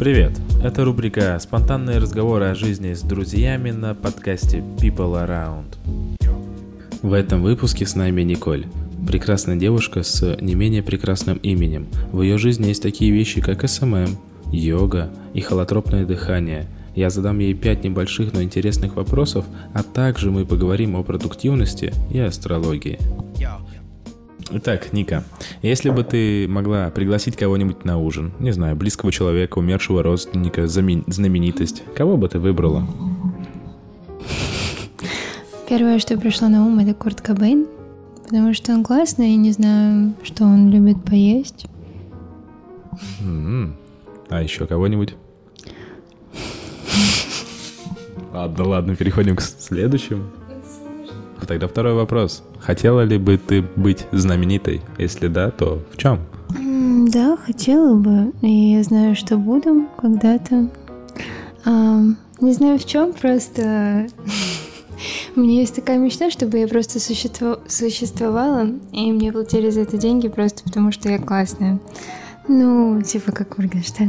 Привет! Это рубрика «Спонтанные разговоры о жизни с друзьями» на подкасте People Around. В этом выпуске с нами Николь. Прекрасная девушка с не менее прекрасным именем. В ее жизни есть такие вещи, как СММ, йога и холотропное дыхание. Я задам ей 5 небольших, но интересных вопросов, а также мы поговорим о продуктивности и астрологии. Итак, Ника, если бы ты могла пригласить кого-нибудь на ужин, не знаю, близкого человека, умершего родственника, знаменитость, кого бы ты выбрала? Первое, что пришло на ум, это Курт Кобейн, потому что он классный, и не знаю, что он любит поесть. А еще кого-нибудь? Ладно, переходим к следующему. Тогда второй вопрос. Хотела ли бы ты быть знаменитой? Если да, то в чем? Да, хотела бы. И я знаю, что буду когда-то. Не знаю в чем, просто у меня есть такая мечта, чтобы я просто существовала, и мне платили за это деньги просто потому, что я классная. Ну, типа как Моргенштерн.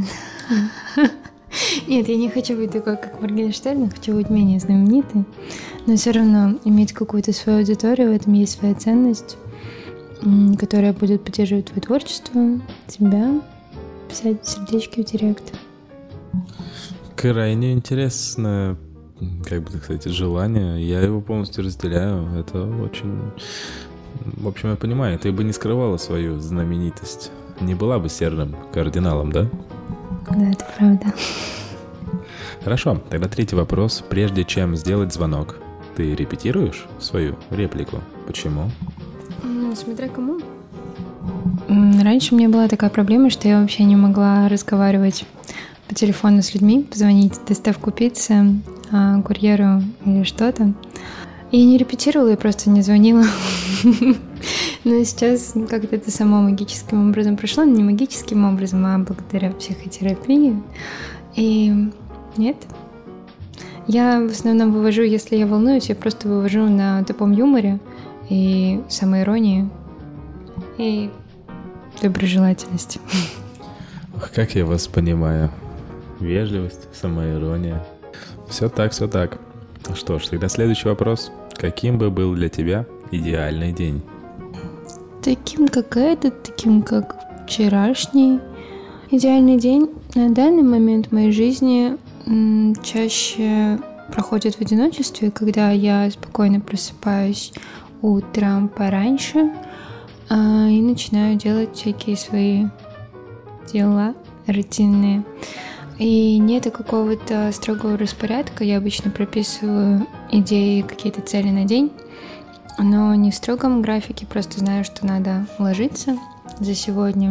Нет, я не хочу быть такой, как Моргенштерн, хочу быть менее знаменитой, но все равно иметь какую-то свою аудиторию, в этом есть своя ценность, которая будет поддерживать твое творчество, тебя, писать сердечки в директ. Крайне интересное, желание. Я его полностью разделяю. Это очень... В общем, я понимаю, ты бы не скрывала свою знаменитость. Не была бы серым кардиналом, да? Да, это правда. Хорошо, тогда третий вопрос. Прежде чем сделать звонок, ты репетируешь свою реплику? Почему? Смотря кому. Раньше у меня была такая проблема, что я вообще не могла разговаривать по телефону с людьми, позвонить доставку пиццы, курьеру или что-то. И не репетировала, я просто не звонила. Но сейчас как-то это само магическим образом прошло, не магическим образом, а благодаря психотерапии. И нет. Я в основном вывожу, если я волнуюсь, я просто вывожу на тупом юморе и самоиронии и доброжелательности. Как я вас понимаю. Вежливость, самоирония. Все так. Что ж, тогда следующий вопрос. Каким бы был для тебя идеальный день? Таким, как этот, таким, как вчерашний. Идеальный день на данный момент в моей жизни чаще проходит в одиночестве, когда я спокойно просыпаюсь утром пораньше и начинаю делать всякие свои дела рутинные. И нет какого-то строгого распорядка. Я обычно прописываю идеи, какие-то цели на день, но не в строгом графике, просто знаю, что надо уложиться за сегодня.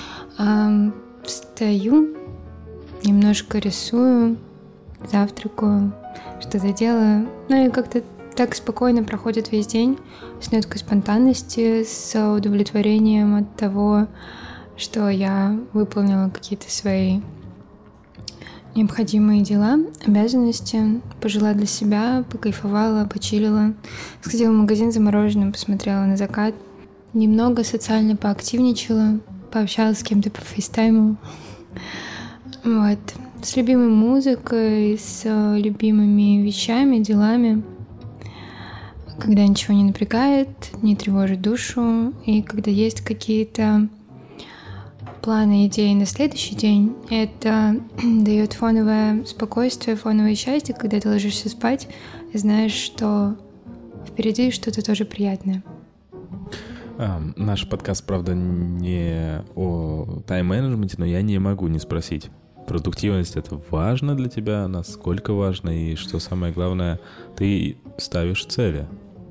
Встаю, немножко рисую, завтракаю, что-то делаю. Ну и как-то так спокойно проходит весь день, с ноткой спонтанности, с удовлетворением от того, что я выполнила какие-то свои необходимые дела, обязанности, пожила для себя, покайфовала, почилила, сходила в магазин за мороженым, посмотрела на закат, немного социально поактивничала, пообщалась с кем-то по фейстайму. Вот. С любимой музыкой, с любимыми вещами, делами, когда ничего не напрягает, не тревожит душу, и когда есть какие-то планы, идеи на следующий день, это дает фоновое спокойствие, фоновое счастье, когда ты ложишься спать и знаешь, что впереди что-то тоже приятное. Наш подкаст, правда, не о тайм-менеджменте, но я не могу не спросить. Продуктивность — это важно для тебя? Насколько важно? И что самое главное, ты ставишь цели?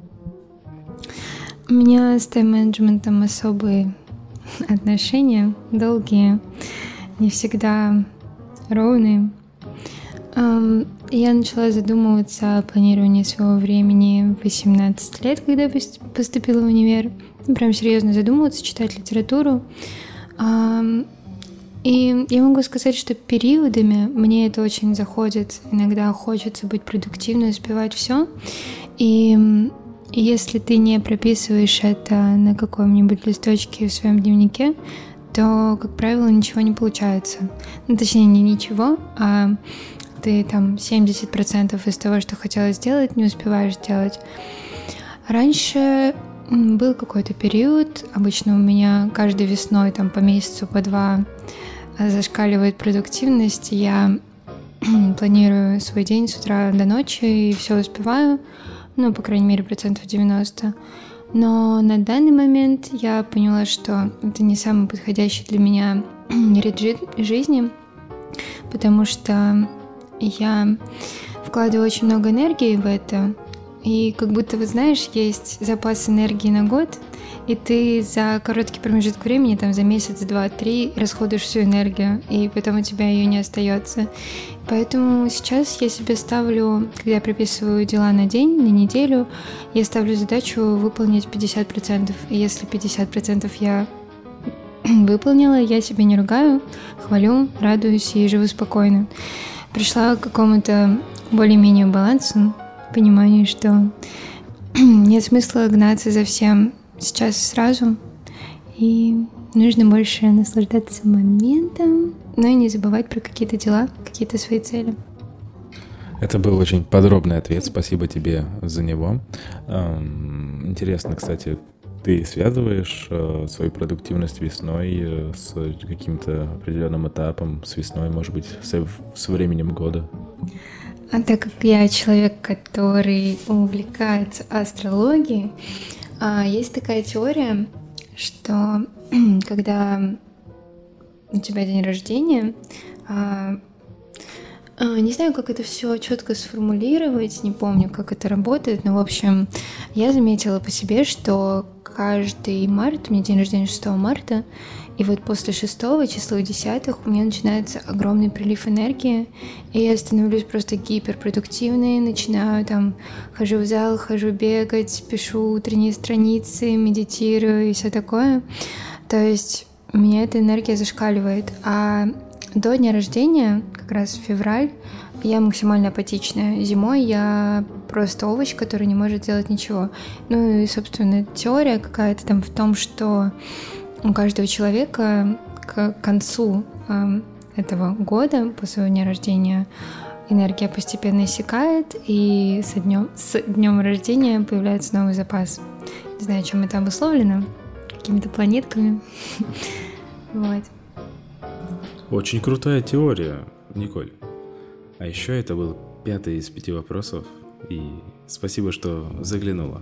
У меня с тайм-менеджментом особые отношения, долгие, не всегда ровные. Я начала задумываться о планировании своего времени в 18 лет, когда поступила в универ. Прям серьезно задумываться, читать литературу. И я могу сказать, что периодами мне это очень заходит. Иногда хочется быть продуктивной, успевать все. И если ты не прописываешь это на каком-нибудь листочке в своем дневнике, то, как правило, ничего не получается. Ну, точнее, не ничего, а ты там 70% из того, что хотела сделать, не успеваешь сделать. Раньше был какой-то период, обычно у меня каждой весной там по месяцу, по 2 зашкаливает продуктивность. Я планирую свой день с утра до ночи и все успеваю, ну, по крайней мере, 90%. Но на данный момент я поняла, что это не самый подходящий для меня ритм жизни, потому что я вкладываю очень много энергии в это, и как будто, вы знаешь, есть запас энергии на год, и ты за короткий промежуток времени, там за месяц, 2, 3 расходуешь всю энергию, и потом у тебя ее не остается. Поэтому сейчас я себе ставлю, когда я прописываю дела на день, на неделю, я ставлю задачу выполнить 50%. И если 50% я выполнила, я себя не ругаю, хвалю, радуюсь и живу спокойно. Пришла к какому-то более-менее балансу, пониманию, что нет смысла гнаться за всем сейчас и сразу, и нужно больше наслаждаться моментом, но и не забывать про какие-то дела, какие-то свои цели. Это был очень подробный ответ, спасибо тебе за него. Интересно, кстати, ты связываешь свою продуктивность весной с каким-то определенным этапом, с весной, может быть, с временем года? А так как я человек, который увлекается астрологией, есть такая теория, что когда у тебя день рождения, не знаю, как это все четко сформулировать, не помню, как это работает, но, в общем, я заметила по себе, что каждый март, у меня день рождения 6 марта, и вот после 6 числа 10 у меня начинается огромный прилив энергии, и я становлюсь просто гиперпродуктивной, начинаю там, хожу в зал, хожу бегать, пишу утренние страницы, медитирую и все такое. То есть у меня эта энергия зашкаливает. А до дня рождения, как раз в февраль, я максимально апатичная. Зимой я просто овощ, который не может делать ничего. Ну и, собственно, теория какая-то там в том, что у каждого человека к концу этого года, после своего дня рождения, энергия постепенно иссякает, и с днем рождения появляется новый запас. Не знаю, чем это обусловлено, какими-то планетками. Вот. Очень крутая теория, Николь. А еще это был 5-й из 5 вопросов, и спасибо, что заглянула.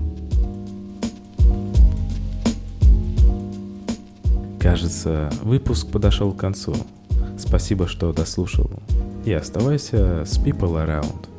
Кажется, выпуск подошел к концу. Спасибо, что дослушал. И оставайся с People Around.